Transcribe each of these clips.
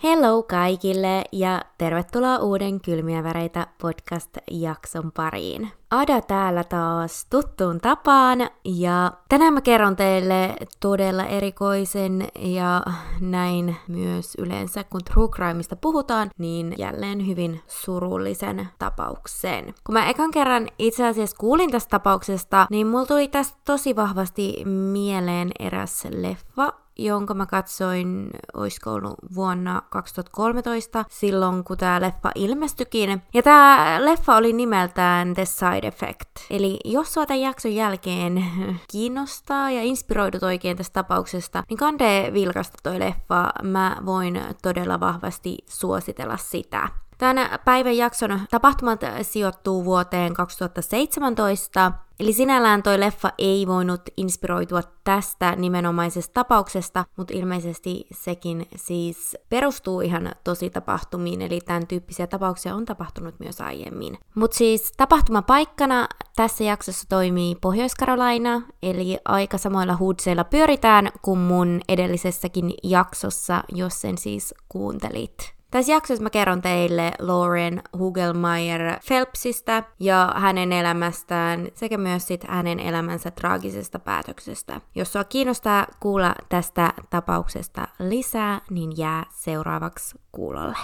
Hello kaikille ja tervetuloa uuden Kylmiä väreitä podcast-jakson pariin. Ada täällä taas tuttuun tapaan ja tänään mä kerron teille todella erikoisen ja näin myös yleensä kun True Crimeista puhutaan, niin jälleen hyvin surullisen tapauksen. Kun mä ekan kerran itse asiassa kuulin tästä tapauksesta, niin mulla tuli tästä tosi vahvasti mieleen eräs leffa, jonka mä katsoin, oisko ollut vuonna 2013, silloin kun tää leffa ilmestyikin. Ja tää leffa oli nimeltään The Side Effect. Eli jos sua tämän jakson jälkeen kiinnostaa ja inspiroidut oikein tästä tapauksesta, niin kandee vilkasta toi leffa. Mä voin todella vahvasti suositella sitä. Tämän päivän jakson tapahtumat sijoittuu vuoteen 2017, eli sinällään toi leffa ei voinut inspiroitua tästä nimenomaisesta tapauksesta, mutta ilmeisesti sekin siis perustuu ihan tosi tapahtumiin, eli tämän tyyppisiä tapauksia on tapahtunut myös aiemmin. Mutta siis tapahtumapaikkana tässä jaksossa toimii Pohjois-Carolina, eli aika samoilla hoodseilla pyöritään kuin mun edellisessäkin jaksossa, jos sen siis kuuntelit. Tässä jaksossa mä kerron teille Lauren Hugelmeier Phelpsistä ja hänen elämästään sekä myös sit hänen elämänsä traagisesta päätöksestä. Jos sua kiinnostaa kuulla tästä tapauksesta lisää, niin jää seuraavaksi kuulolle.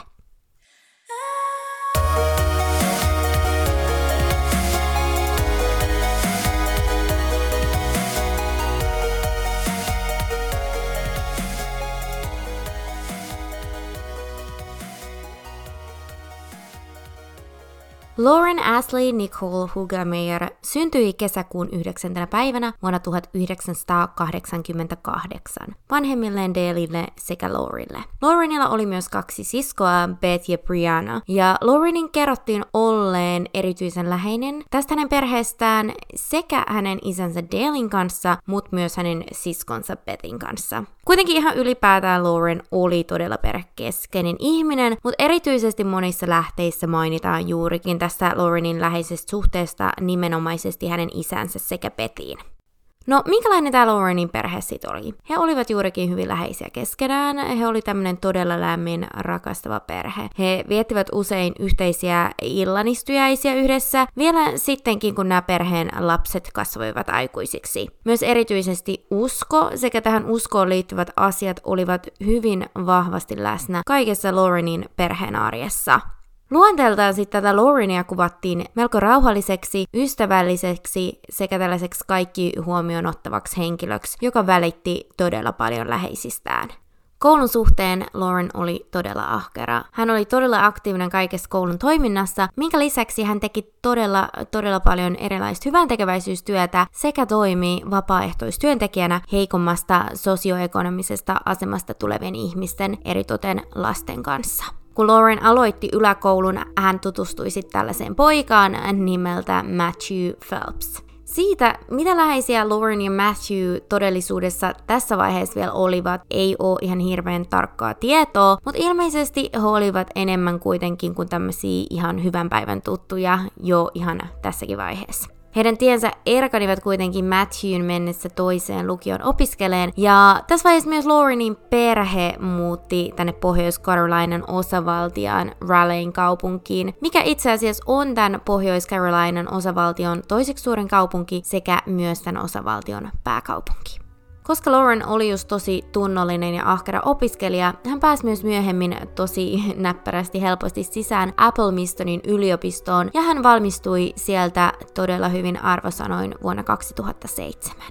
Lauren Ashley Nicole Hugelmeier syntyi kesäkuun 9. päivänä vuonna 1988 vanhemmilleen Dalelle sekä Laurille. Laurenilla oli myös 2 siskoa, Beth ja Brianna, ja Laurenin kerrottiin olleen erityisen läheinen tästä hänen perheestään sekä hänen isänsä Dalen kanssa, mutta myös hänen siskonsa Bethin kanssa. Kuitenkin ihan ylipäätään Lauren oli todella perhekeskeinen ihminen, mutta erityisesti monissa lähteissä mainitaan juurikin tästä Laurenin läheisestä suhteesta nimenomaisesti hänen isänsä sekä Bethiin. No, minkälainen tämä Laurenin perhe sitten oli? He olivat juurikin hyvin läheisiä keskenään. He oli tämmöinen todella lämmin, rakastava perhe. He viettivät usein yhteisiä illanistujaisia yhdessä, vielä sittenkin kun nämä perheen lapset kasvoivat aikuisiksi. Myös erityisesti usko sekä tähän uskoon liittyvät asiat olivat hyvin vahvasti läsnä kaikessa Laurenin perheen arjessa. Luonteeltaan sitten tätä Laurenia kuvattiin melko rauhalliseksi, ystävälliseksi sekä tällaiseksi kaikki huomioon ottavaksi henkilöksi, joka välitti todella paljon läheisistään. Koulun suhteen Lauren oli todella ahkera. Hän oli todella aktiivinen kaikessa koulun toiminnassa, minkä lisäksi hän teki todella paljon erilaista hyväntekeväisyystyötä sekä toimi vapaaehtoistyöntekijänä heikommasta sosioekonomisesta asemasta tulevien ihmisten, eritoten lasten kanssa. Kun Lauren aloitti yläkoulun, hän tutustui sitten tällaiseen poikaan nimeltä Matthew Phelps. Siitä, mitä läheisiä Lauren ja Matthew todellisuudessa tässä vaiheessa vielä olivat, ei ole ihan hirveän tarkkaa tietoa, mutta ilmeisesti he olivat enemmän kuitenkin kuin tämmöisiä ihan hyvän päivän tuttuja jo ihan tässäkin vaiheessa. Heidän tiensä erkanivat kuitenkin Matthewn mennessä toiseen lukion opiskeleen, ja tässä vaiheessa myös Laurenin perhe muutti tänne Pohjois-Carolinan osavaltiaan Raleighn kaupunkiin, mikä itse asiassa on tämän Pohjois-Carolinan osavaltion toiseksi suurin kaupunki sekä myös tämän osavaltion pääkaupunki. Koska Lauren oli just tosi tunnollinen ja ahkera opiskelija, hän pääsi myös myöhemmin tosi näppärästi helposti sisään Applestonin yliopistoon ja hän valmistui sieltä todella hyvin arvosanoin vuonna 2007.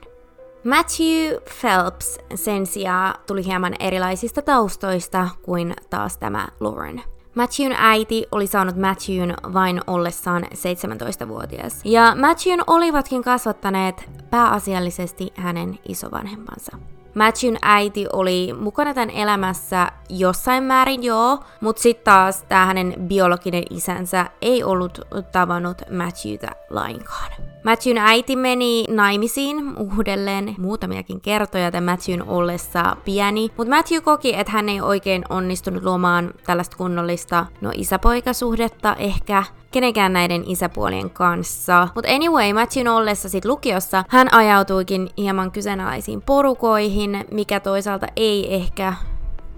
Matthew Phelps sen sijaan tuli hieman erilaisista taustoista kuin taas tämä Lauren. Matthewn äiti oli saanut Matthewn vain ollessaan 17-vuotias, ja Matthewn olivatkin kasvattaneet pääasiallisesti hänen isovanhempansa. Matthewn äiti oli mukana tämän elämässä jossain määrin mutta sitten taas tämä hänen biologinen isänsä ei ollut tavannut Matthewta lainkaan. Matthewn äiti meni naimisiin uudelleen muutamiakin kertoja tämän Matthewn ollessa pieni, mutta Matthew koki, että hän ei oikein onnistunut luomaan tällaista kunnollista isäpoikasuhdetta ehkä kenenkään näiden isäpuolien kanssa. Mutta anyway, Matthewn ollessa sit lukiossa hän ajautuikin hieman kyseenalaisiin porukoihin, mikä toisaalta ei ehkä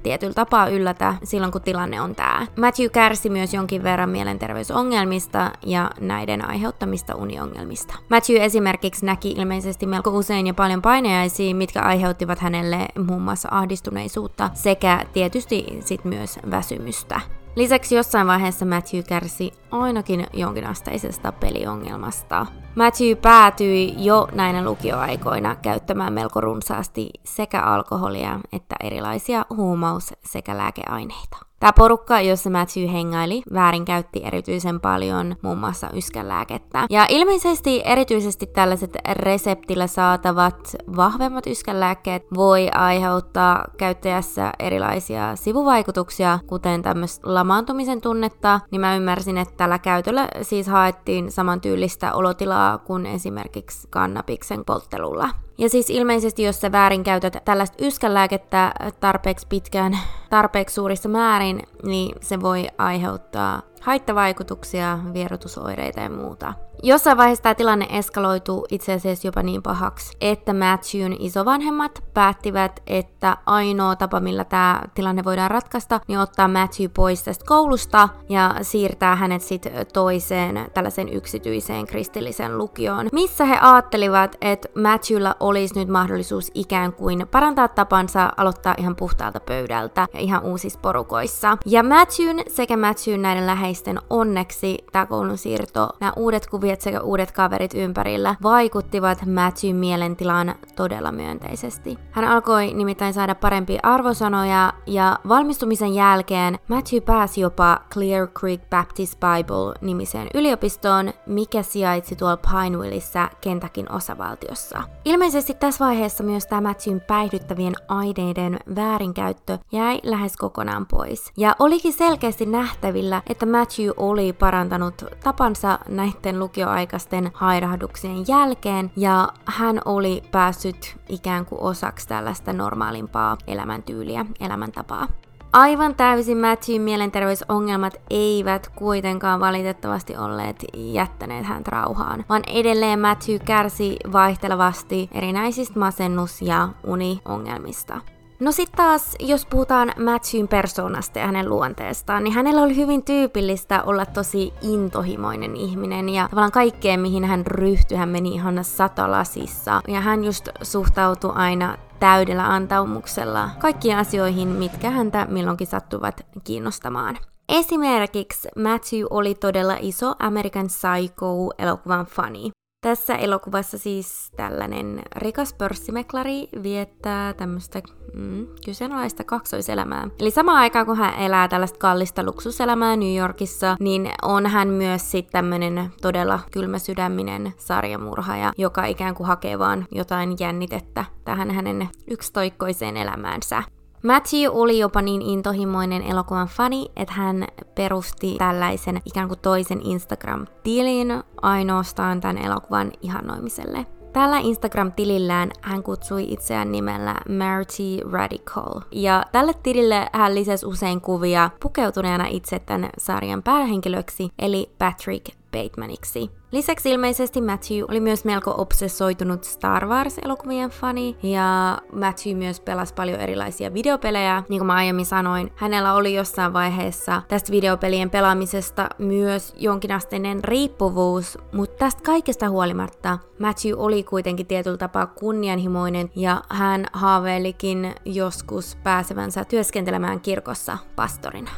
tietyllä tapaa yllätä silloin, kun tilanne on tää. Matthew kärsi myös jonkin verran mielenterveysongelmista ja näiden aiheuttamista uniongelmista. Matthew esimerkiksi näki ilmeisesti melko usein ja paljon painajaisia, mitkä aiheuttivat hänelle muun muassa ahdistuneisuutta sekä tietysti sit myös väsymystä. Lisäksi jossain vaiheessa Matthew kärsi ainakin jonkinasteisesta peliongelmasta. Matthew päätyi jo näinä lukioaikoina käyttämään melko runsaasti sekä alkoholia että erilaisia huumaus- sekä lääkeaineita. Tämä porukka, jossa Matthew hengaili, väärinkäytti erityisen paljon muun muassa yskänlääkettä. Ja ilmeisesti erityisesti tällaiset reseptillä saatavat vahvemmat yskänlääkkeet voi aiheuttaa käyttäjässä erilaisia sivuvaikutuksia, kuten tämmöistä lamaantumisen tunnetta. Niin mä ymmärsin, että tällä käytöllä siis haettiin samantyylistä olotilaa kuin esimerkiksi kannabiksen polttelulla. Ja siis ilmeisesti, jos sä väärinkäytät tällaista yskänlääkettä tarpeeksi pitkään, tarpeeksi suurissa määrin, niin se voi aiheuttaa haittavaikutuksia, vierotusoireita ja muuta. Jossain vaiheessa tämä tilanne eskaloituu itse asiassa jopa niin pahaksi, että Matthewn isovanhemmat päättivät, että ainoa tapa, millä tämä tilanne voidaan ratkaista, niin ottaa Matthew pois tästä koulusta ja siirtää hänet sitten toiseen tällaiseen yksityiseen kristilliseen lukioon, missä he ajattelivat, että Matthewlla olisi nyt mahdollisuus ikään kuin parantaa tapansa, aloittaa ihan puhtaalta pöydältä ja ihan uusissa porukoissa. Ja Matthewn näiden läheisten onneksi tämä koulun siirto, nämä uudet kuviot sekä uudet kaverit ympärillä vaikuttivat Matthewn mielentilaan todella myönteisesti. Hän alkoi nimittäin saada parempia arvosanoja ja valmistumisen jälkeen Matthew pääsi jopa Clear Creek Baptist Bible-nimiseen yliopistoon, mikä sijaitsi tuolla Pinevilleissa Kentuckyn osavaltiossa. Ilmeisesti tässä vaiheessa myös tämä Matthewn päihdyttävien aineiden väärinkäyttö jäi lähes kokonaan pois. Ja olikin selkeästi nähtävillä, että Matthew oli parantanut tapansa näiden lukioaikaisten hairahduksien jälkeen ja hän oli päässyt ikään kuin osaksi tällaista normaalimpaa elämäntyyliä, elämäntapaa. Aivan täysin Matthewn mielenterveysongelmat eivät kuitenkaan valitettavasti olleet jättäneet häntä rauhaan, vaan edelleen Matthew kärsi vaihtelevasti erinäisistä masennus- ja uniongelmista. No sit taas, jos puhutaan Matthewn persoonasta ja hänen luonteestaan, niin hänellä oli hyvin tyypillistä olla tosi intohimoinen ihminen ja tavallaan kaikkeen, mihin hän ryhtyi, hän meni ihan satalasissa ja hän just suhtautui aina täydellä antaumuksella kaikkiin asioihin, mitkä häntä milloinkin sattuvat kiinnostamaan. Esimerkiksi Matthew oli todella iso American Psycho-elokuvan fani. Tässä elokuvassa siis tällainen rikas pörssimeklari viettää tämmöistä kyseenalaista kaksoiselämää. Eli samaan aikaan, kun hän elää tällaista kallista luksuselämää New Yorkissa, niin on hän myös sitten tämmöinen todella kylmäsydäminen sarjamurhaaja, joka ikään kuin hakee vaan jotain jännitettä tähän hänen yksitoikkoiseen elämäänsä. Matthew oli jopa niin intohimoinen elokuvan fani, että hän perusti tällaisen ikään kuin toisen Instagram-tilin ainoastaan tämän elokuvan ihannoimiselle. Tällä Instagram-tilillään hän kutsui itseään nimellä Marty Radical. Ja tälle tilille hän lisäsi usein kuvia pukeutuneena itse tämän sarjan päähenkilöksi, eli Patrick Batemaniksi. Lisäksi ilmeisesti Matthew oli myös melko obsessoitunut Star Wars-elokuvien fani, ja Matthew myös pelasi paljon erilaisia videopelejä. Niin kuin mä aiemmin sanoin, hänellä oli jossain vaiheessa tästä videopelien pelaamisesta myös jonkinasteinen riippuvuus, mutta tästä kaikesta huolimatta Matthew oli kuitenkin tietyllä tapaa kunnianhimoinen, ja hän haaveilikin joskus pääsevänsä työskentelemään kirkossa pastorina.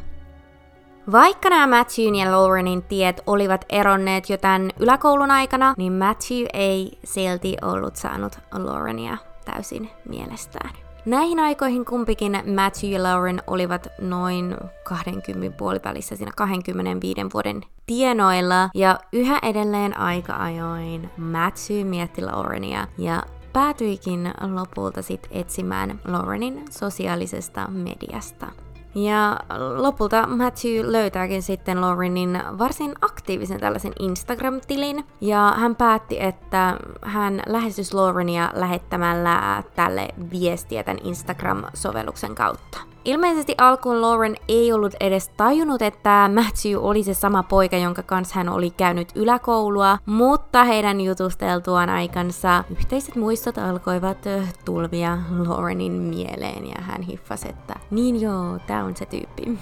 Vaikka nämä Matthewn ja Laurenin tiet olivat eronneet jo tämän yläkoulun aikana, niin Matthew ei silti ollut saanut Laurenia täysin mielestään. Näihin aikoihin kumpikin Matthew ja Lauren olivat noin 20 puolivälissä, siinä 25 vuoden tienoilla, ja yhä edelleen aika ajoin Matthew mietti Laurenia ja päätyikin lopulta sit etsimään Laurenin sosiaalisesta mediasta. Ja lopulta Matthew löytääkin sitten Laurenin varsin aktiivisen tällaisen Instagram-tilin, ja hän päätti, että hän lähestyi Laurenia lähettämällä tälle viestiä tämän Instagram-sovelluksen kautta. Ilmeisesti alkuun Lauren ei ollut edes tajunnut, että Matthew oli se sama poika, jonka kanssa hän oli käynyt yläkoulua, mutta heidän jutusteltuaan aikansa yhteiset muistot alkoivat tulvia Laurenin mieleen ja hän hiffasi, että niin joo, tää on se tyyppi.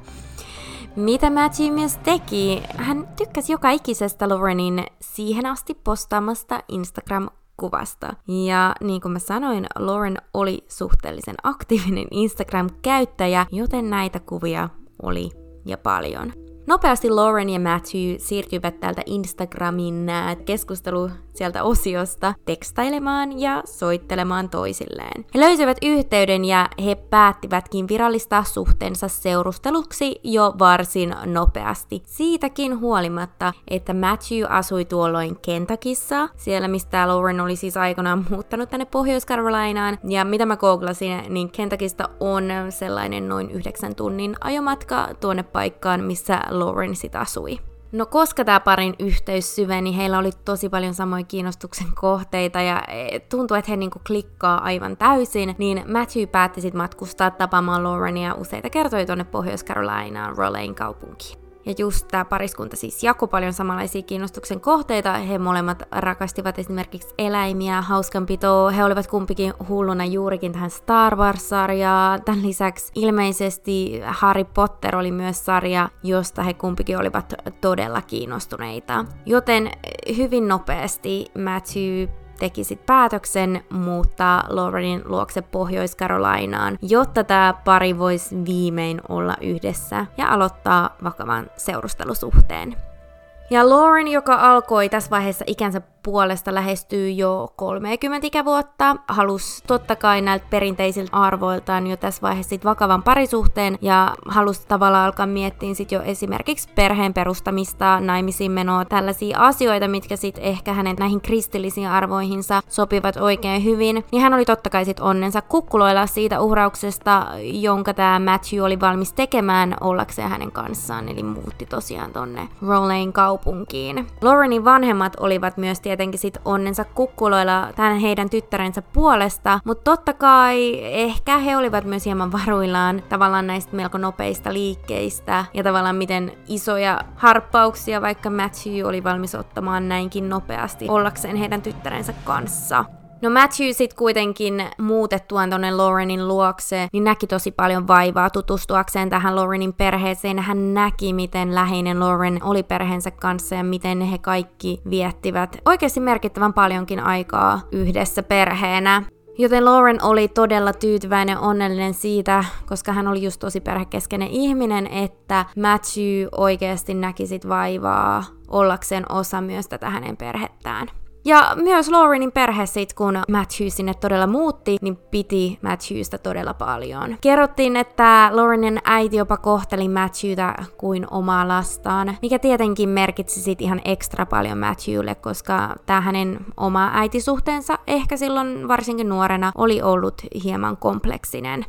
Mitä Matthew myös teki? Hän tykkäsi joka ikisestä Laurenin siihen asti postaamasta Instagram-kuvasta. Ja niin kuin mä sanoin, Lauren oli suhteellisen aktiivinen Instagram-käyttäjä, joten näitä kuvia oli ja paljon. Nopeasti Lauren ja Matthew siirtyivät täältä Instagramin keskustelu sieltä osiosta tekstailemaan ja soittelemaan toisilleen. He löysivät yhteyden ja he päättivätkin virallistaa suhteensa seurusteluksi jo varsin nopeasti. Siitäkin huolimatta, että Matthew asui tuolloin Kentuckyssa, siellä mistä Lauren oli siis aikanaan muuttanut tänne Pohjois-Carolinaan. Ja mitä mä googlasin, niin Kentuckysta on sellainen noin 9 tunnin ajomatka tuonne paikkaan, missä Lauren sit asui. No koska tää parin yhteys syveni, heillä oli tosi paljon samoja kiinnostuksen kohteita ja tuntuu, että he niinku klikkaa aivan täysin, niin Matthew päätti sit matkustaa tapaamaan Laurenia useita kertoja tuonne Pohjois-Carolinaan, Raleigh'n kaupunkiin. Ja just tämä pariskunta siis jakoi paljon samanlaisia kiinnostuksen kohteita. He molemmat rakastivat esimerkiksi eläimiä, hauskanpitoa. He olivat kumpikin hulluna juurikin tähän Star Wars-sarjaan. Tämän lisäksi ilmeisesti Harry Potter oli myös sarja, josta he kumpikin olivat todella kiinnostuneita. Joten hyvin nopeasti Matthew teki sit päätöksen muuttaa Laurenin luokse Pohjois-Carolinaan, jotta tämä pari voisi viimein olla yhdessä ja aloittaa vakavan seurustelusuhteen. Ja Lauren, joka alkoi tässä vaiheessa ikänsä puolesta lähestyy jo 30 ikävuotta, halusi totta kai näiltä perinteisiltä arvoiltaan jo tässä vaiheessa sit vakavan parisuhteen ja halusi tavallaan alkaa miettiä sit jo esimerkiksi perheen perustamista, naimisiin menoa, tällaisia asioita, mitkä sit ehkä hänen näihin kristillisiin arvoihinsa sopivat oikein hyvin. Ja hän oli totta kai sit onnensa kukkuloilla siitä uhrauksesta, jonka tämä Matthew oli valmis tekemään ollakseen hänen kanssaan, eli muutti tosiaan tonne Raleigh'n kaupunkiin. Laurenin vanhemmat olivat myös tietenkin sit onnensa kukkuloilla tämän heidän tyttärensä puolesta, mutta totta kai ehkä he olivat myös hieman varuillaan tavallaan näistä melko nopeista liikkeistä ja tavallaan miten isoja harppauksia vaikka Matthew oli valmis ottamaan näinkin nopeasti ollakseen heidän tyttärensä kanssa. No Matthew sit kuitenkin muutettuaan tonne Laurenin luokse, niin näki tosi paljon vaivaa tutustuakseen tähän Laurenin perheeseen. Hän näki, miten läheinen Lauren oli perheensä kanssa ja miten he kaikki viettivät oikeasti merkittävän paljonkin aikaa yhdessä perheenä. Joten Lauren oli todella tyytyväinen ja onnellinen siitä, koska hän oli just tosi perhekeskeinen ihminen, että Matthew oikeasti näki sit vaivaa ollakseen osa myös tätä hänen perhettään. Ja myös Laurenin perhe sit, kun Matthew sinne todella muutti, niin piti Matthewsta todella paljon. Kerrottiin, että Laurenin äiti jopa kohteli Matthewta kuin omaa lastaan, mikä tietenkin merkitsi sit ihan ekstra paljon Matthewlle, koska tää hänen oma äitisuhteensa ehkä silloin varsinkin nuorena oli ollut hieman kompleksinen.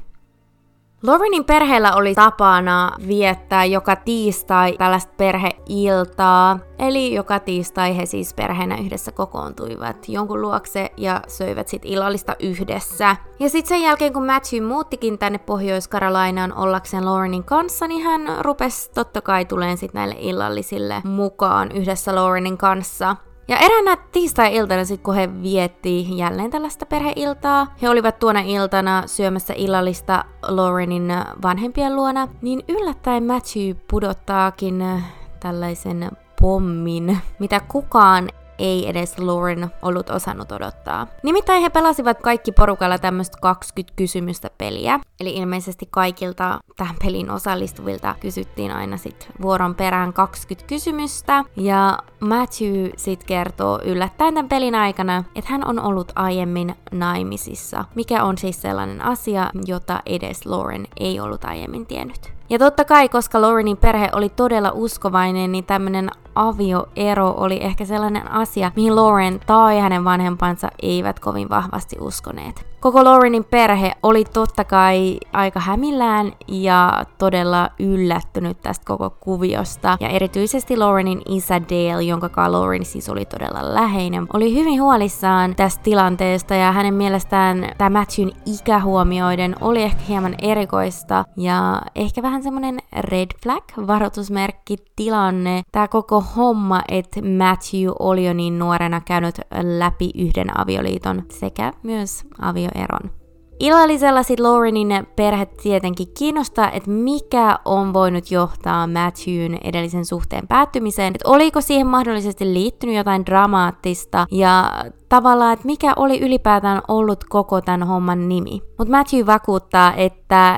Laurenin perheellä oli tapana viettää joka tiistai tällaista perheiltaa, eli joka tiistai he siis perheenä yhdessä kokoontuivat jonkun luokse ja söivät sit illallista yhdessä. Ja sitten sen jälkeen kun Matthew muuttikin tänne Pohjois-Carolinaan ollakseen Laurenin kanssa, niin hän rupesi totta kai tuleen sit näille illallisille mukaan yhdessä Laurenin kanssa. Ja eräänä tiistai-iltana sitten, kun he vietti jälleen tällaista perheiltaa, he olivat tuona iltana syömässä illallista Laurenin vanhempien luona, niin yllättäen Matthew pudottaakin tällaisen pommin, mitä kukaan ei edes Lauren ollut osannut odottaa. Nimittäin he pelasivat kaikki porukalla tämmöistä 20 kysymystä peliä. Eli ilmeisesti kaikilta tähän pelin osallistuvilta kysyttiin aina sit vuoron perään 20 kysymystä. Ja Matthew sit kertoo yllättäen tämän pelin aikana, että hän on ollut aiemmin naimisissa. Mikä on siis sellainen asia, jota edes Lauren ei ollut aiemmin tiennyt. Ja totta kai, koska Laurenin perhe oli todella uskovainen, niin tämmönen avioero oli ehkä sellainen asia, mihin Lauren tai hänen vanhempansa eivät kovin vahvasti uskoneet. Koko Laurenin perhe oli totta kai aika hämillään ja todella yllättynyt tästä koko kuviosta. Ja erityisesti Laurenin isä Dale, jonka Lauren siis oli todella läheinen, oli hyvin huolissaan tästä tilanteesta ja hänen mielestään tämä Matthewn ikä huomioiden oli ehkä hieman erikoista ja ehkä vähän semmoinen red flag, varoitusmerkki tilanne. Tämä koko homma, että Matthew oli jo niin nuorena käynyt läpi yhden avioliiton sekä myös avioeron. Illallisella sit Laurenin perhe tietenkin kiinnostaa, että mikä on voinut johtaa Matthewn edellisen suhteen päättymiseen, että oliko siihen mahdollisesti liittynyt jotain dramaattista ja tavallaan, että mikä oli ylipäätään ollut koko tämän homman nimi. Mutta Matthew vakuuttaa, että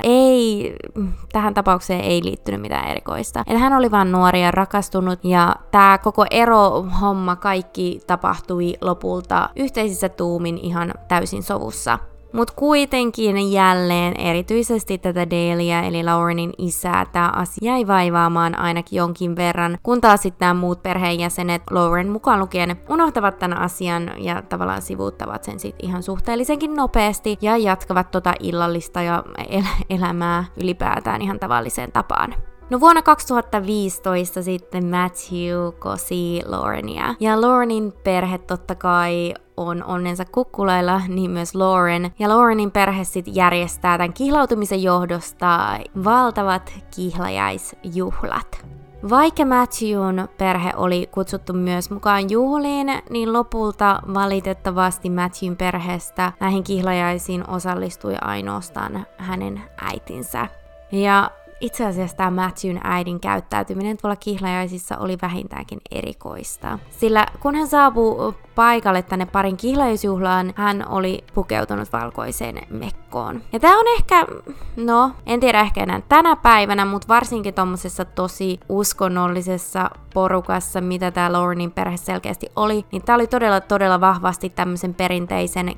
tähän tapaukseen ei liittynyt mitään erikoista. Että hän oli vaan nuori ja rakastunut ja tämä koko ero-homma kaikki tapahtui lopulta yhteisissä tuumin ihan täysin sovussa. Mutta kuitenkin jälleen erityisesti tätä Dalea eli Laurenin isää tämä asia jäi vaivaamaan ainakin jonkin verran, kun taas sitten nämä muut perheenjäsenet, Lauren mukaan lukien, unohtavat tämän asian ja tavallaan sivuuttavat sen sitten ihan suhteellisenkin nopeasti ja jatkavat illallista ja elämää ylipäätään ihan tavalliseen tapaan. No vuonna 2015 sitten Matthew kosi Laurenia. Ja Laurenin perhe totta kai on onnensa kukkulailla, niin myös Lauren. Ja Laurenin perhe sitten järjestää tämän kihlautumisen johdosta valtavat kihlajaisjuhlat. Vaikka Matthewn perhe oli kutsuttu myös mukaan juhliin, niin lopulta valitettavasti Matthewn perheestä näihin kihlajaisiin osallistui ainoastaan hänen äitinsä. Ja itse asiassa tämä Matthewn äidin käyttäytyminen tuolla kihlajaisissa oli vähintäänkin erikoista. Sillä kun hän saapui paikalle tänne parin kihlajaisjuhlaan, hän oli pukeutunut valkoiseen mekkoon. Ja tää on ehkä, en tiedä ehkä enää tänä päivänä, mutta varsinkin tommosessa tosi uskonnollisessa porukassa, mitä tää Laurenin perhe selkeästi oli, niin tää oli todella vahvasti tämmöisen perinteisen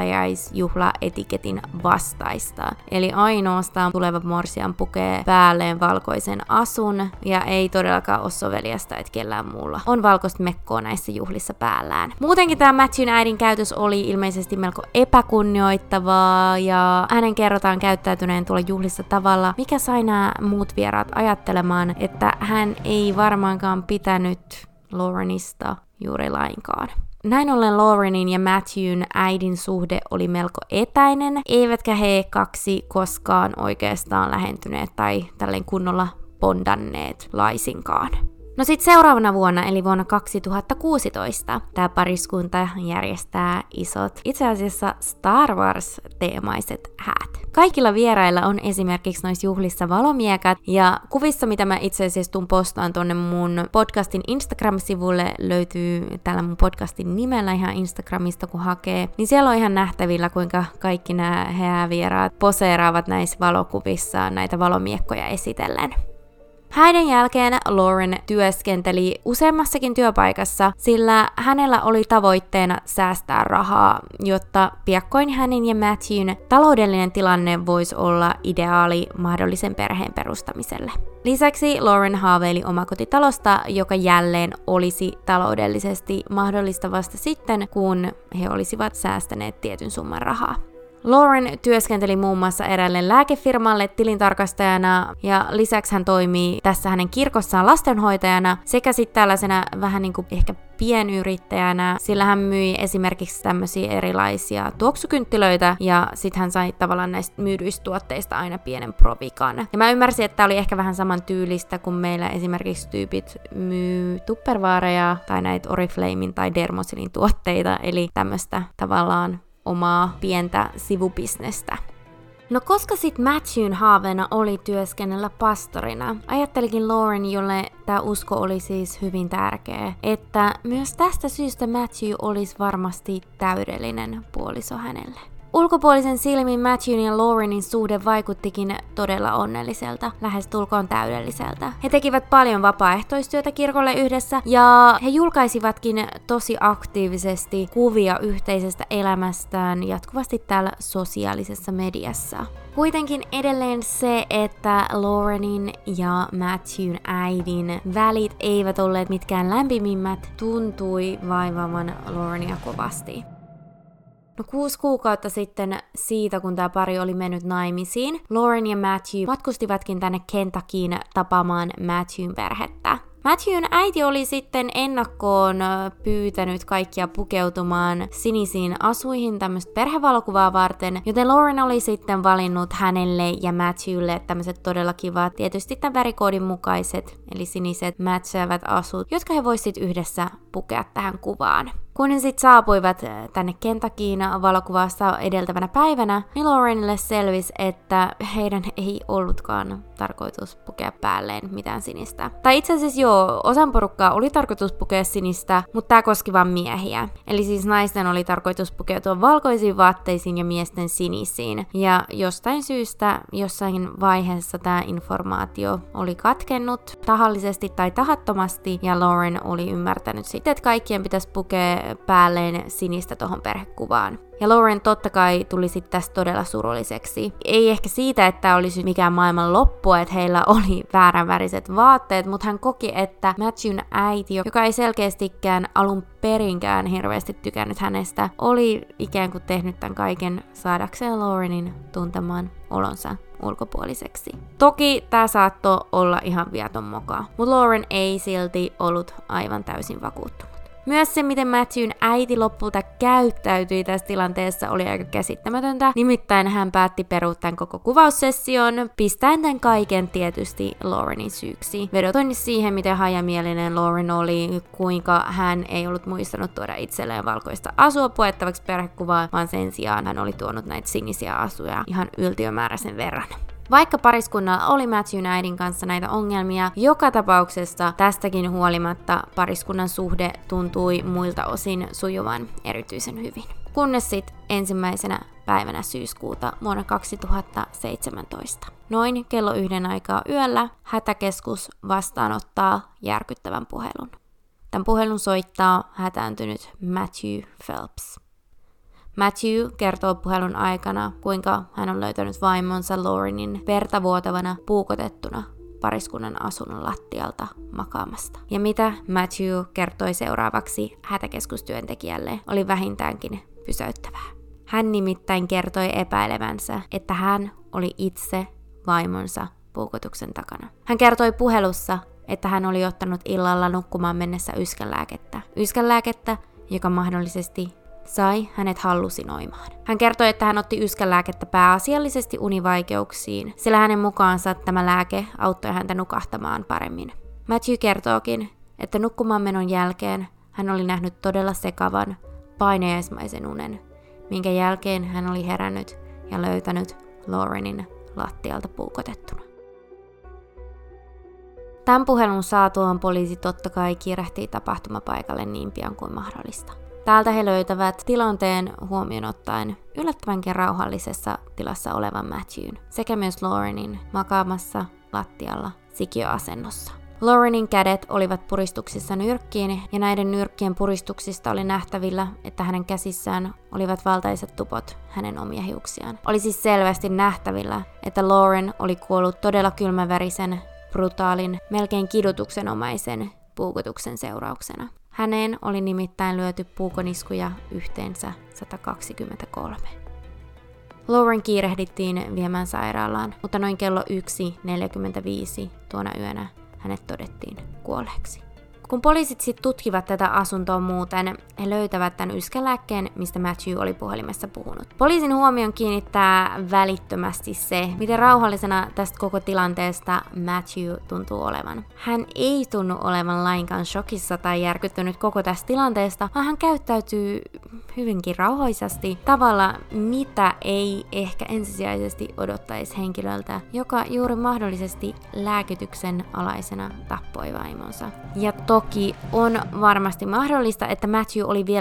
kihlajaisjuhlaetiketin vastaista. Eli ainoastaan tuleva morsian pukee päälleen valkoisen asun, ja ei todellakaan ole soveliasta, että kellään muulla on valkoista mekkoa näissä juhlissa päällään. Muutenkin tämä Matthewn äidin käytös oli ilmeisesti melko epäkunnioittavaa, ja hänen kerrotaan käyttäytyneen tuolla juhlissa tavalla, mikä sai nämä muut vieraat ajattelemaan, että hän ei varmaankaan pitänyt Laurenista juuri lainkaan. Näin ollen Laurenin ja Matthewn äidin suhde oli melko etäinen, eivätkä he kaksi koskaan oikeastaan lähentyneet tai tälleen kunnolla bondanneet laisinkaan. No sit seuraavana vuonna, eli vuonna 2016, tämä pariskunta järjestää isot, itse asiassa Star Wars-teemaiset häät. Kaikilla vierailla on esimerkiksi noissa juhlissa valomiekat, ja kuvissa, mitä mä itse asiassa tuun postaan tonne mun podcastin Instagram-sivulle, löytyy tällä mun podcastin nimellä ihan Instagramista, kun hakee, niin siellä on ihan nähtävillä, kuinka kaikki nämä häävieraat poseeraavat näissä valokuvissa näitä valomiekkoja esitellen. Häiden jälkeen Lauren työskenteli useammassakin työpaikassa, sillä hänellä oli tavoitteena säästää rahaa, jotta piakkoin hänen ja Matthewn taloudellinen tilanne voisi olla ideaali mahdollisen perheen perustamiselle. Lisäksi Lauren haaveili omakotitalosta, joka jälleen olisi taloudellisesti mahdollista vasta sitten, kun he olisivat säästäneet tietyn summan rahaa. Lauren työskenteli muun muassa eräälle lääkefirmalle tilintarkastajana ja lisäksi hän toimii tässä hänen kirkossaan lastenhoitajana sekä sitten tällaisena vähän niin kuin ehkä pienyrittäjänä, sillä hän myi esimerkiksi tämmöisiä erilaisia tuoksukynttilöitä ja sitten hän sai tavallaan näistä myydyistä tuotteista aina pienen provikan. Ja mä ymmärsin, että tää oli ehkä vähän saman tyylistä, kun meillä esimerkiksi tyypit myy tupperwareja tai näitä Oriflamen tai Dermosilin tuotteita, eli tämmöistä tavallaan omaa pientä sivubisnestä. No koska sit Matthewn haaveena oli työskennellä pastorina, ajattelikin Lauren, jolle tämä usko oli siis hyvin tärkeä, että myös tästä syystä Matthew olisi varmasti täydellinen puoliso hänelle. Ulkopuolisen silmin Matthewn ja Laurenin suhde vaikuttikin todella onnelliselta, lähestulkoon täydelliseltä. He tekivät paljon vapaaehtoistyötä kirkolle yhdessä ja he julkaisivatkin tosi aktiivisesti kuvia yhteisestä elämästään jatkuvasti täällä sosiaalisessa mediassa. Kuitenkin edelleen se, että Laurenin ja Matthewn äidin välit eivät olleet mitkään lämpimimmät, tuntui vaivaavan Laurenia kovasti. 6 kuukautta sitten siitä, kun tämä pari oli mennyt naimisiin, Lauren ja Matthew matkustivatkin tänne Kentuckyin tapaamaan Matthewn perhettä. Matthewn äiti oli sitten ennakkoon pyytänyt kaikkia pukeutumaan sinisiin asuihin tämmöistä perhevalokuvaa varten, joten Lauren oli sitten valinnut hänelle ja Matthewlle tämmöiset todella kivat, tietysti tämän värikoodin mukaiset, eli siniset matchaavat asut, jotka he voisivat yhdessä pukea tähän kuvaan. Kun he sitten saapuivat tänne Kentuckyin valokuvasta edeltävänä päivänä, niin Laurenille selvisi, että heidän ei ollutkaan tarkoitus pukea päälleen mitään sinistä. Tai itse asiassa joo, osan porukkaa oli tarkoitus pukea sinistä, mutta tämä koski vain miehiä. Eli siis naisten oli tarkoitus pukeutua valkoisiin vaatteisiin ja miesten sinisiin. Ja jostain syystä jossain vaiheessa tämä informaatio oli katkennut tahallisesti tai tahattomasti, ja Lauren oli ymmärtänyt sitten, että kaikkien pitäisi pukea päälleen sinistä tohon perhekuvaan. Ja Lauren totta kai tuli sitten tästä todella surulliseksi. Ei ehkä siitä, että olisi mikään maailman loppu, että heillä oli vääränväriset vaatteet, mutta hän koki, että Matthewn äiti, joka ei selkeästikään alun perinkään hirveästi tykännyt hänestä, oli ikään kuin tehnyt tämän kaiken saadakseen Laurenin tuntemaan olonsa ulkopuoliseksi. Toki tämä saattoi olla ihan viaton moka, mutta Lauren ei silti ollut aivan täysin vakuuttunut. Myös se, miten Matthewn äiti lopulta käyttäytyi tässä tilanteessa, oli aika käsittämätöntä. Nimittäin hän päätti peruuttaa koko kuvaussession, pistäen tämän kaiken tietysti Laurenin syyksi. Vedoten siihen, miten hajamielinen Lauren oli, kuinka hän ei ollut muistanut tuoda itselleen valkoista asua puettavaksi perhekuvaa, vaan sen sijaan hän oli tuonut näitä sinisiä asuja ihan yltiömääräisen verran. Vaikka pariskunnalla oli Matthewn äidin kanssa näitä ongelmia, joka tapauksessa tästäkin huolimatta pariskunnan suhde tuntui muilta osin sujuvan erityisen hyvin. Kunnes sitten ensimmäisenä päivänä syyskuuta vuonna 2017. Noin kello 1 aikaa yöllä hätäkeskus vastaanottaa järkyttävän puhelun. Tämän puhelun soittaa hätääntynyt Matthew Phelps. Matthew kertoo puhelun aikana, kuinka hän on löytänyt vaimonsa Laurenin verta vuotavana puukotettuna pariskunnan asunnon lattialta makaamasta. Ja mitä Matthew kertoi seuraavaksi hätäkeskustyöntekijälle oli vähintäänkin pysäyttävää. Hän nimittäin kertoi epäilevänsä, että hän oli itse vaimonsa puukotuksen takana. Hän kertoi puhelussa, että hän oli ottanut illalla nukkumaan mennessä yskänlääkettä, joka mahdollisesti sai hänet hallusinoimaan. Hän kertoi, että hän otti yskänlääkettä pääasiallisesti univaikeuksiin, sillä hänen mukaansa tämä lääke auttoi häntä nukahtamaan paremmin. Matthew kertookin, että nukkumaan menon jälkeen hän oli nähnyt todella sekavan, painajaismaisen unen, minkä jälkeen hän oli herännyt ja löytänyt Laurenin lattialta puukotettuna. Tämän puhelun saatuaan poliisi totta kai kiirehtii tapahtumapaikalle niin pian kuin mahdollista. Täältä he löytävät tilanteen huomioon ottaen yllättävänkin rauhallisessa tilassa olevan Matthewn sekä myös Laurenin makaamassa lattialla sikiöasennossa. Laurenin kädet olivat puristuksissa nyrkkiin ja näiden nyrkkien puristuksista oli nähtävillä, että hänen käsissään olivat valtaiset tupot hänen omia hiuksiaan. Oli siis selvästi nähtävillä, että Lauren oli kuollut todella kylmäverisen, brutaalin, melkein kidutuksenomaisen puukotuksen seurauksena. Häneen oli nimittäin lyöty puukoniskuja yhteensä 123. Lauren kiirehdittiin viemään sairaalaan, mutta noin kello 1.45 tuona yönä hänet todettiin kuolleeksi. Kun poliisit sitten tutkivat tätä asuntoa muuten, he löytävät tämän yskänlääkkeen, mistä Matthew oli puhelimessa puhunut. Poliisin huomion kiinnittää välittömästi se, miten rauhallisena tästä koko tilanteesta Matthew tuntuu olevan. Hän ei tunnu olevan lainkaan shokissa tai järkyttynyt koko tästä tilanteesta, vaan hän käyttäytyy hyvinkin rauhoisasti tavalla, mitä ei ehkä ensisijaisesti odottaisi henkilöltä, joka juuri mahdollisesti lääkityksen alaisena tappoi vaimonsa. Ja toki on varmasti mahdollista, että Matthew oli vieläkin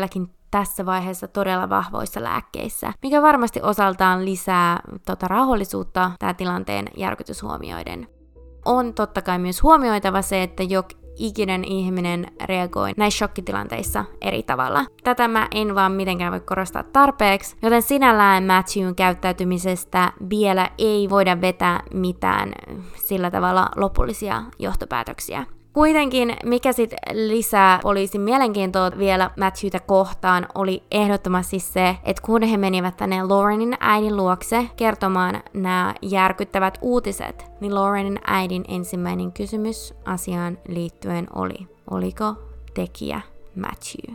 tässä vaiheessa todella vahvoissa lääkkeissä, mikä varmasti osaltaan lisää rauhallisuutta tämä tilanteen järkytyshuomioiden. On totta kai myös huomioitava se, että ikinen ihminen reagoi näissä shokkitilanteissa eri tavalla. Tätä mä en vaan mitenkään voi korostaa tarpeeksi, joten sinällään Matthewn käyttäytymisestä vielä ei voida vetää mitään sillä tavalla lopullisia johtopäätöksiä. Kuitenkin, mikä sitten lisää poliisin mielenkiintoa vielä Matthewta kohtaan, oli ehdottomasti se, että kun he menivät tänne Laurenin äidin luokse kertomaan nämä järkyttävät uutiset, niin Laurenin äidin ensimmäinen kysymys asiaan liittyen oli, oliko tekijä Matthew?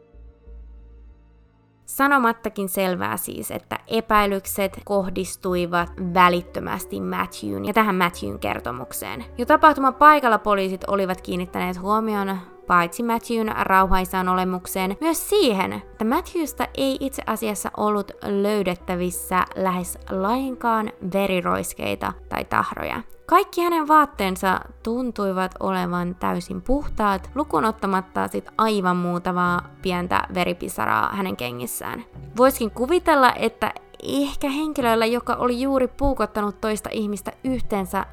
Sanomattakin selvää siis, että epäilykset kohdistuivat välittömästi Matthewn ja tähän Matthewn kertomukseen. Jo tapahtuman paikalla poliisit olivat kiinnittäneet huomion paitsi Matthewn rauhaisaan olemukseen, myös siihen, että Matthewsta ei itse asiassa ollut löydettävissä lähes lainkaan veriroiskeita tai tahroja. Kaikki hänen vaatteensa tuntuivat olevan täysin puhtaat, lukuun ottamatta sit aivan muutamaa pientä veripisaraa hänen kengissään. Voiskin kuvitella, että ehkä henkilöllä, joka oli juuri puukottanut toista ihmistä yhteensä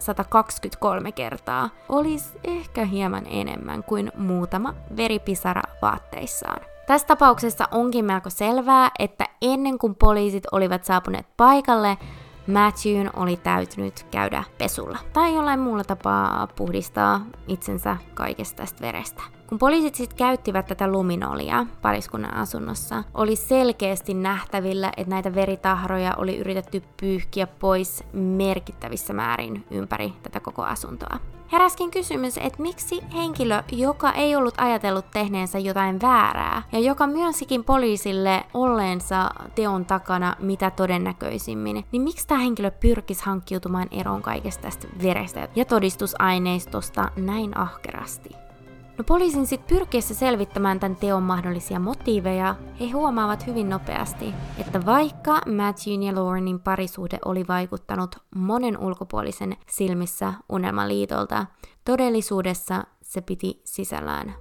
123 kertaa, olisi ehkä hieman enemmän kuin muutama veripisara vaatteissaan. Tässä tapauksessa onkin melko selvää, että ennen kuin poliisit olivat saapuneet paikalle, Matthewn oli täytynyt käydä pesulla tai jollain muulla tapaa puhdistaa itsensä kaikesta tästä verestä. Kun poliisit sitten käyttivät tätä luminolia pariskunnan asunnossa, oli selkeästi nähtävillä, että näitä veritahroja oli yritetty pyyhkiä pois merkittävissä määrin ympäri tätä koko asuntoa. Heräskin kysymys, että miksi henkilö, joka ei ollut ajatellut tehneensä jotain väärää ja joka myönsikin poliisille olleensa teon takana mitä todennäköisimmin, niin miksi tämä henkilö pyrkisi hankkiutumaan eroon kaikesta tästä verestä ja todistusaineistosta näin ahkerasti? No poliisin sitten pyrkiessä selvittämään tämän teon mahdollisia motiiveja, he huomaavat hyvin nopeasti, että vaikka Matthewn ja Laurenin parisuhde oli vaikuttanut monen ulkopuolisen silmissä unelmaliitolta, todellisuudessa se piti sisällään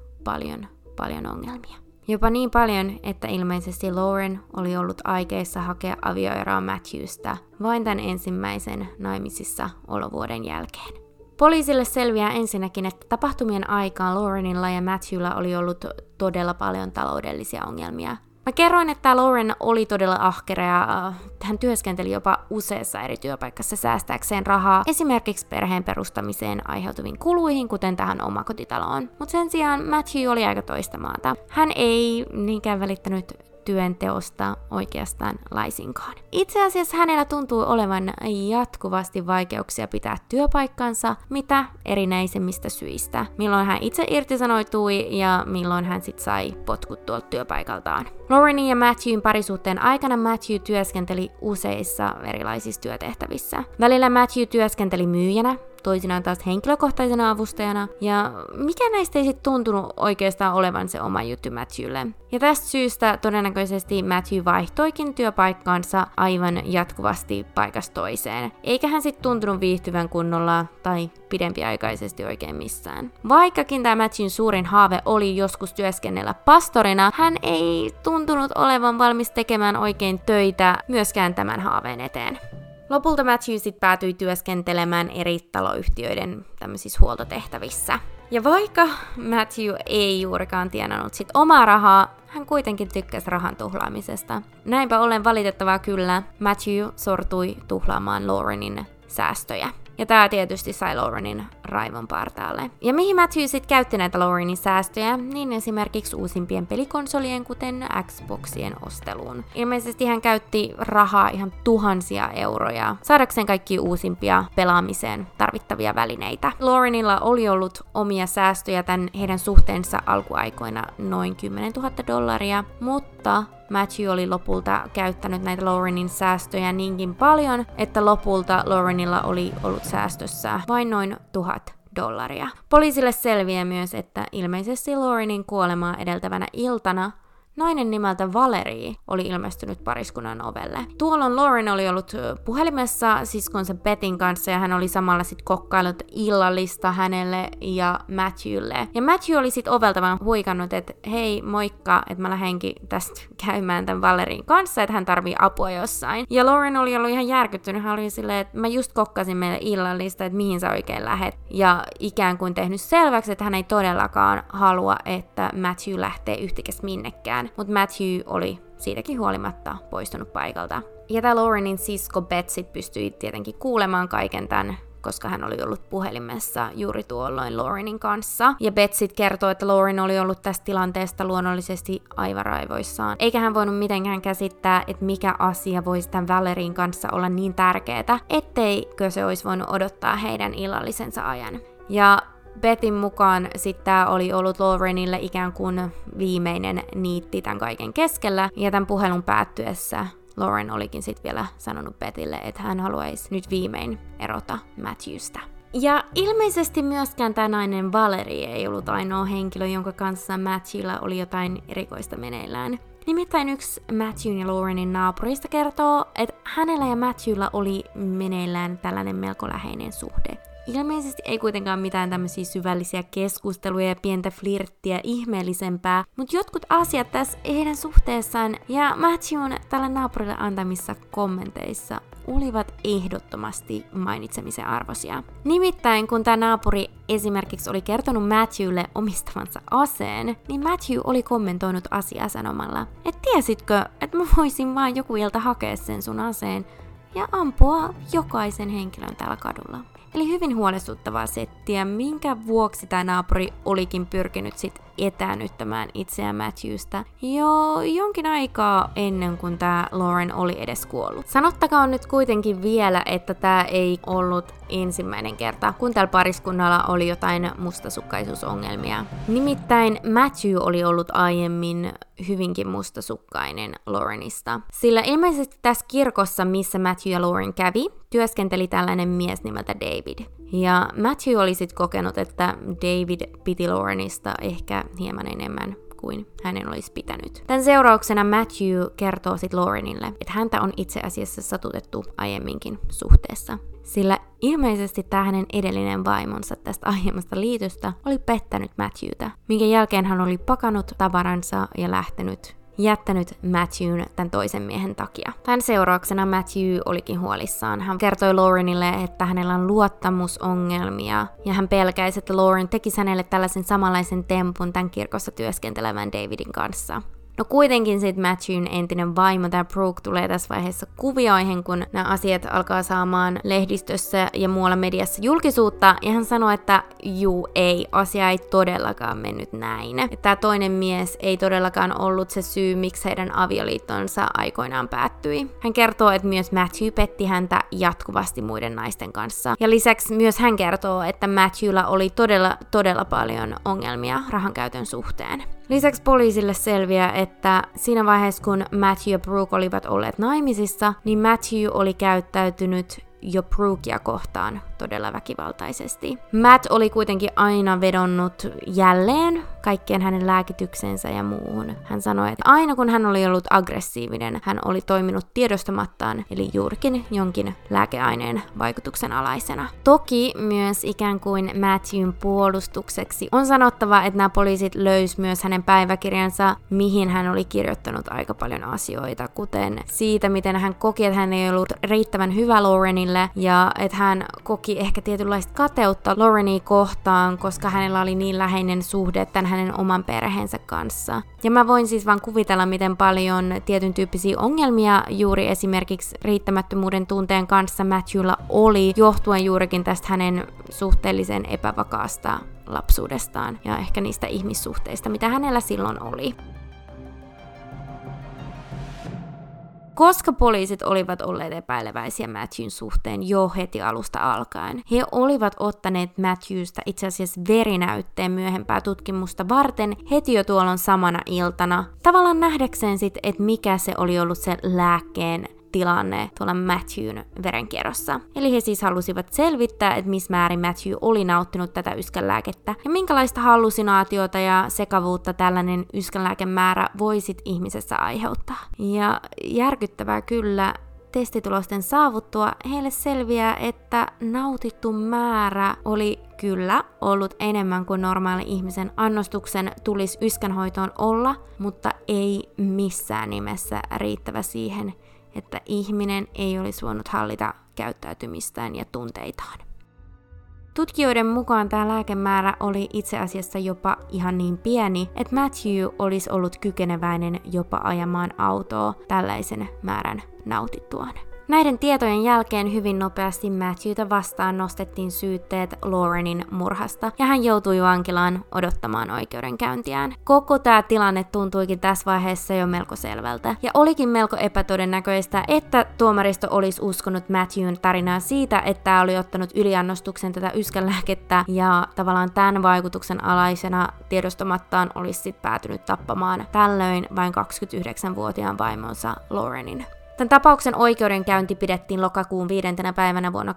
paljon ongelmia. Jopa niin paljon, että ilmeisesti Lauren oli ollut aikeissa hakea avioeroa Matthewsta vain tämän ensimmäisen naimisissa olovuoden jälkeen. Poliisille selviää ensinnäkin, että tapahtumien aikaan Laurenilla ja Matthewlla oli ollut todella paljon taloudellisia ongelmia. Mä kerroin, että Lauren oli todella ahkera ja hän työskenteli jopa useassa eri työpaikassa säästääkseen rahaa esimerkiksi perheen perustamiseen aiheutuviin kuluihin, kuten tähän omakotitaloon. Mutta sen sijaan Matthew oli aika toista maata. Hän ei niinkään välittänyt työnteosta oikeastaan laisinkaan. Itse asiassa hänellä tuntuu olevan jatkuvasti vaikeuksia pitää työpaikkansa, mitä erinäisemmistä syistä. Milloin hän itse irtisanoitui ja milloin hän sitten sai potkut tuolta työpaikaltaan. Laurenin ja Matthewn parisuhteen aikana Matthew työskenteli useissa erilaisissa työtehtävissä. Välillä Matthew työskenteli myyjänä, toisinaan taas henkilökohtaisena avustajana, ja mikä näistä ei sitten tuntunut oikeastaan olevan se oma juttu Matthewlle. Ja tästä syystä todennäköisesti Matthew vaihtoikin työpaikkaansa aivan jatkuvasti paikasta toiseen, eikä hän sitten tuntunut viihtyvän kunnolla tai pidempiaikaisesti oikein missään. Vaikkakin tämä Matthewn suurin haave oli joskus työskennellä pastorina, hän ei tuntunut olevan valmis tekemään oikein töitä myöskään tämän haaveen eteen. Lopulta Matthew sitten päätyi työskentelemään eri taloyhtiöiden tämmöisissä huoltotehtävissä. Ja vaikka Matthew ei juurikaan tienannut sit omaa rahaa, hän kuitenkin tykkäsi rahan tuhlaamisesta. Näinpä ollen valitettavaa kyllä, Matthew sortui tuhlaamaan Laurenin säästöjä. Ja tää tietysti sai Laurenin raivon partaalle. Ja mihin Matthew sitten käytti näitä Laurenin säästöjä, niin esimerkiksi uusimpien pelikonsolien, kuten Xboxien osteluun. Ilmeisesti hän käytti rahaa ihan tuhansia euroja saadakseen kaikki uusimpia pelaamiseen tarvittavia välineitä. Laurenilla oli ollut omia säästöjä tämän heidän suhteensa alkuaikoina noin $10,000, mutta Matthew oli lopulta käyttänyt näitä Laurenin säästöjä niinkin paljon, että lopulta Laurenilla oli ollut säästössä vain noin $1,000. Poliisille selviää myös, että ilmeisesti Laurenin kuolemaa edeltävänä iltana nainen nimeltä Valerie oli ilmestynyt pariskunnan ovelle. Tuolloin Lauren oli ollut puhelimessa siskonsa Bethin kanssa ja hän oli samalla sit kokkaillut illallista hänelle ja Matthewlle. Ja Matthew oli sit ovelta vaan huikannut, että hei moikka, että mä lähdenkin tästä käymään tämän Valerien kanssa, että hän tarvii apua jossain. Ja Lauren oli ollut ihan järkyttynyt, hän oli silleen, että mä just kokkasin meille illallista, että mihin sä oikein lähet. Ja ikään kuin tehnyt selväksi, että hän ei todellakaan halua, että Matthew lähtee yhtikäs minnekään. Mutta Matthew oli siitäkin huolimatta poistunut paikalta. Ja tämä Laurenin sisko Betsy pystyi tietenkin kuulemaan kaiken tämän, koska hän oli ollut puhelimessa juuri tuolloin Laurenin kanssa. Ja Betsy kertoo, että Lauren oli ollut tästä tilanteesta luonnollisesti aivan raivoissaan. Eikä hän voinut mitenkään käsittää, että mikä asia voisi tämän Valerien kanssa olla niin tärkeää, etteikö se olisi voinut odottaa heidän illallisensa ajan. Ja Bethin mukaan sitten tämä oli ollut Laurenille ikään kuin viimeinen niitti tämän kaiken keskellä, ja tämän puhelun päättyessä Lauren olikin sitten vielä sanonut Bethille, että hän haluaisi nyt viimein erota Matthewsta. Ja ilmeisesti myöskään tämä nainen Valerie ei ollut ainoa henkilö, jonka kanssa Matthewlla oli jotain erikoista meneillään. Nimittäin yksi Matthewn ja Laurenin naapurista kertoo, että hänellä ja Matthewlla oli meneillään tällainen melko läheinen suhde. Ilmeisesti ei kuitenkaan mitään tämmöisiä syvällisiä keskusteluja ja pientä flirttiä ihmeellisempää, mutta jotkut asiat tässä heidän suhteessaan ja Matthewn tällä naapurille antamissa kommenteissa olivat ehdottomasti mainitsemisen arvoisia. Nimittäin kun tämä naapuri esimerkiksi oli kertonut Matthewlle omistavansa aseen, niin Matthew oli kommentoinut asiaa sanomalla, että tiesitkö, että mä voisin vaan joku ilta hakea sen sun aseen ja ampua jokaisen henkilön täällä kadulla. Eli hyvin huolestuttavaa settiä, minkä vuoksi tämä naapuri olikin pyrkinyt sit etäännyttämään itseään Matthewsta jo jonkin aikaa ennen kuin tämä Lauren oli edes kuollut. Sanottakaa nyt kuitenkin vielä, että tämä ei ollut ensimmäinen kerta, kun tällä pariskunnalla oli jotain mustasukkaisuusongelmia. Nimittäin Matthew oli ollut aiemmin hyvinkin mustasukkainen Laurenista. Sillä ilmeisesti tässä kirkossa, missä Matthew ja Lauren kävi, työskenteli tällainen mies nimeltä David. Ja Matthew oli sitten kokenut, että David piti Laurenista ehkä hieman enemmän kuin hänen olisi pitänyt. Tämän seurauksena Matthew kertoo sitten Laurenille, että häntä on itse asiassa satutettu aiemminkin suhteessa. Sillä ilmeisesti tämä hänen edellinen vaimonsa tästä aiemmasta liitosta oli pettänyt Matthewta, minkä jälkeen hän oli pakannut tavaransa ja jättänyt Matthewn tämän toisen miehen takia. Tämän seurauksena Matthew olikin huolissaan. Hän kertoi Laurenille, että hänellä on luottamusongelmia ja hän pelkäisi, että Lauren tekisi hänelle tällaisen samanlaisen tempun tämän kirkossa työskentelevän Davidin kanssa. No kuitenkin sitten Matthewn entinen vaimo, tämä Brooke, tulee tässä vaiheessa kuvioihin, kun nämä asiat alkaa saamaan lehdistössä ja muualla mediassa julkisuutta, ja hän sanoi, että asia ei todellakaan mennyt näin. Tämä toinen mies ei todellakaan ollut se syy, miksi heidän avioliittonsa aikoinaan päättyi. Hän kertoo, että myös Matthew petti häntä jatkuvasti muiden naisten kanssa. Ja lisäksi myös hän kertoo, että Matthewlla oli todella paljon ongelmia rahankäytön suhteen. Lisäksi poliisille selviää, että siinä vaiheessa kun Matthew ja Brooke olivat olleet naimisissa, niin Matthew oli käyttäytynyt jo Brookea kohtaan todella väkivaltaisesti. Matt oli kuitenkin aina vedonnut jälleen kaikkeen hänen lääkityksensä ja muuhun. Hän sanoi, että aina kun hän oli ollut aggressiivinen, hän oli toiminut tiedostamattaan, eli juurikin jonkin lääkeaineen vaikutuksen alaisena. Toki myös ikään kuin Matthewn puolustukseksi on sanottava, että nämä poliisit löys myös hänen päiväkirjansa, mihin hän oli kirjoittanut aika paljon asioita, kuten siitä, miten hän koki, että hän ei ollut riittävän hyvä Laurenille, ja että hän koki ehkä tietynlaista kateutta Laurenia kohtaan, koska hänellä oli niin läheinen suhde tämän hänen oman perheensä kanssa. Ja mä voin siis vaan kuvitella, miten paljon tietyn tyyppisiä ongelmia juuri esimerkiksi riittämättömyyden tunteen kanssa Matthewlla oli, johtuen juurikin tästä hänen suhteellisen epävakaasta lapsuudestaan ja ehkä niistä ihmissuhteista, mitä hänellä silloin oli. Koska poliisit olivat olleet epäileväisiä Matthewn suhteen jo heti alusta alkaen, he olivat ottaneet Matthewsta itse asiassa verinäytteen myöhempää tutkimusta varten heti jo tuolloin samana iltana, tavallaan nähdäkseen sitten, että mikä se oli ollut se lääkkeen tilanne tuolla Matthewn verenkierrossa. Eli he siis halusivat selvittää, että missä määrin Matthew oli nauttinut tätä yskänlääkettä ja minkälaista hallusinaatiota ja sekavuutta tällainen yskänlääkemäärä voisit ihmisessä aiheuttaa. Ja järkyttävää kyllä, testitulosten saavuttua heille selviää, että nautittu määrä oli kyllä ollut enemmän kuin normaali ihmisen annostuksen tulisi yskänhoitoon olla, mutta ei missään nimessä riittävä siihen, että ihminen ei olisi voinut hallita käyttäytymistään ja tunteitaan. Tutkijoiden mukaan tämä lääkemäärä oli itse asiassa jopa ihan niin pieni, että Matthew olisi ollut kykeneväinen jopa ajamaan autoa tällaisen määrän nautittuaan. Näiden tietojen jälkeen hyvin nopeasti Matthewta vastaan nostettiin syytteet Laurenin murhasta, ja hän joutui vankilaan odottamaan oikeudenkäyntiään. Koko tämä tilanne tuntuikin tässä vaiheessa jo melko selvältä, ja olikin melko epätodennäköistä, että tuomaristo olisi uskonut Matthewn tarinaa siitä, että tämä oli ottanut yliannostuksen tätä yskänlääkettä, ja tavallaan tämän vaikutuksen alaisena tiedostamattaan olisi sitten päätynyt tappamaan tällöin vain 29-vuotiaan vaimonsa Laurenin. Tämän tapauksen oikeudenkäynti pidettiin lokakuun 5. päivänä vuonna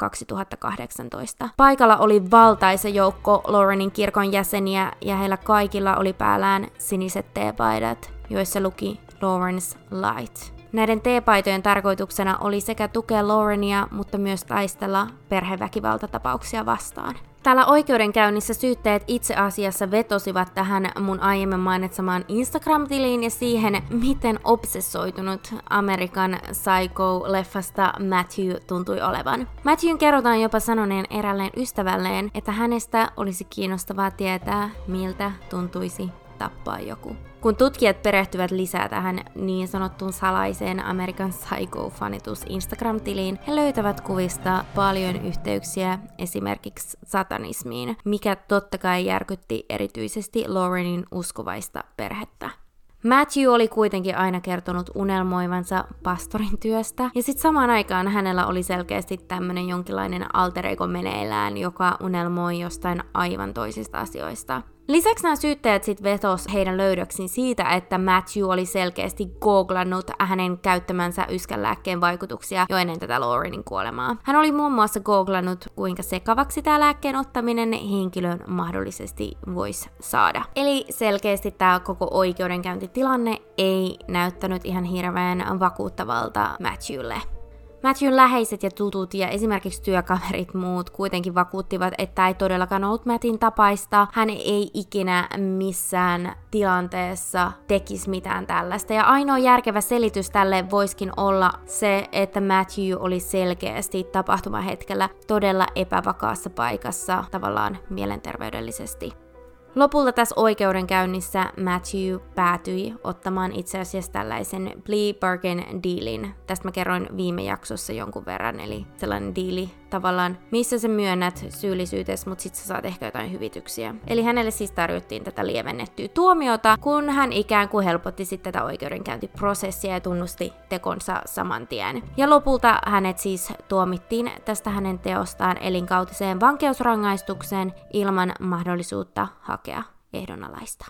2018. Paikalla oli valtaisa joukko Laurenin kirkon jäseniä ja heillä kaikilla oli päällään siniset teepaidat, joissa luki Lauren's Light. Näiden teepaitojen tarkoituksena oli sekä tukea Laurenia, mutta myös taistella perheväkivaltatapauksia vastaan. Täällä oikeudenkäynnissä syytteet itse asiassa vetosivat tähän mun aiemmin mainitsemaan Instagram-tiliin ja siihen, miten obsessoitunut American Psycho-leffasta Matthew tuntui olevan. Matthewn kerrotaan jopa sanoneen erälleen ystävälleen, että hänestä olisi kiinnostavaa tietää, miltä tuntuisi tappaa joku. Kun tutkijat perehtyvät lisää tähän niin sanottuun salaiseen American Psycho-fanitus Instagram-tiliin, he löytävät kuvista paljon yhteyksiä esimerkiksi satanismiin, mikä totta kai järkytti erityisesti Laurenin uskovaista perhettä. Matthew oli kuitenkin aina kertonut unelmoivansa pastorin työstä, ja sitten samaan aikaan hänellä oli selkeästi tämmönen jonkinlainen alter ego meneillään, joka unelmoi jostain aivan toisista asioista. Lisäksi nämä syyttäjät sitten vetos heidän löydöksiin siitä, että Matthew oli selkeästi googlannut hänen käyttämänsä yskänlääkkeen vaikutuksia jo ennen tätä Laurenin kuolemaa. Hän oli muun muassa googlannut, kuinka sekavaksi tämä lääkkeen ottaminen henkilön mahdollisesti voisi saada. Eli selkeästi tämä koko oikeudenkäyntitilanne ei näyttänyt ihan hirveän vakuuttavalta Matthewlle. Matthewn läheiset ja tutut ja esimerkiksi työkaverit muut kuitenkin vakuuttivat, että ei todellakaan ollut Mattin tapaista. Hän ei ikinä missään tilanteessa tekisi mitään tällaista. Ja ainoa järkevä selitys tälle voisikin olla se, että Matthew oli selkeästi tapahtumahetkellä todella epävakaassa paikassa tavallaan mielenterveydellisesti. Lopulta tässä oikeudenkäynnissä Matthew päätyi ottamaan itse asiassa tällaisen plea bargain dealin. Tästä mä kerroin viime jaksossa jonkun verran, eli sellainen diili tavallaan, missä sä myönnät syyllisyytesi, mutta sit sä saat ehkä jotain hyvityksiä. Eli hänelle siis tarjottiin tätä lievennettyä tuomiota, kun hän ikään kuin helpotti sitten tätä oikeudenkäyntiprosessia ja tunnusti tekonsa saman tien. Ja lopulta hänet siis tuomittiin tästä hänen teostaan elinkautiseen vankeusrangaistukseen ilman mahdollisuutta hakea ehdonalaista.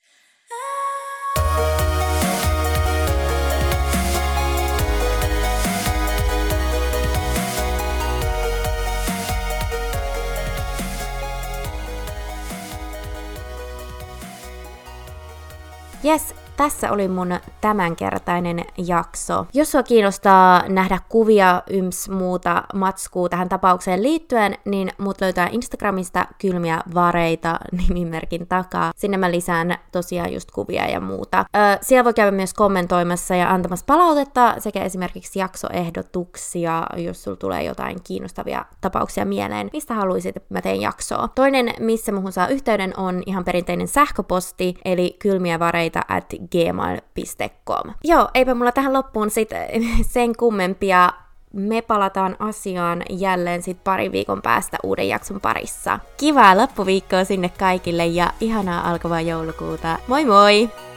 Yes, tässä oli mun tämänkertainen jakso. Jos sua kiinnostaa nähdä kuvia muuta matskua tähän tapaukseen liittyen, niin mut löytää Instagramista Kylmiä vareita nimimerkin takaa. Sinne mä lisään tosiaan just kuvia ja muuta. Siellä voi käydä myös kommentoimassa ja antamassa palautetta sekä esimerkiksi jaksoehdotuksia, jos sulla tulee jotain kiinnostavia tapauksia mieleen, mistä haluaisit, että mä teen jaksoa. Toinen, missä muhun saa yhteyden, on ihan perinteinen sähköposti, eli kylmiävareita@gmail.com. Joo, eipä mulla tähän loppuun sit sen kummempia. Me palataan asiaan jälleen sit pari viikon päästä uuden jakson parissa. Kivaa loppuviikkoa sinne kaikille ja ihanaa alkavaa joulukuuta. Moi moi!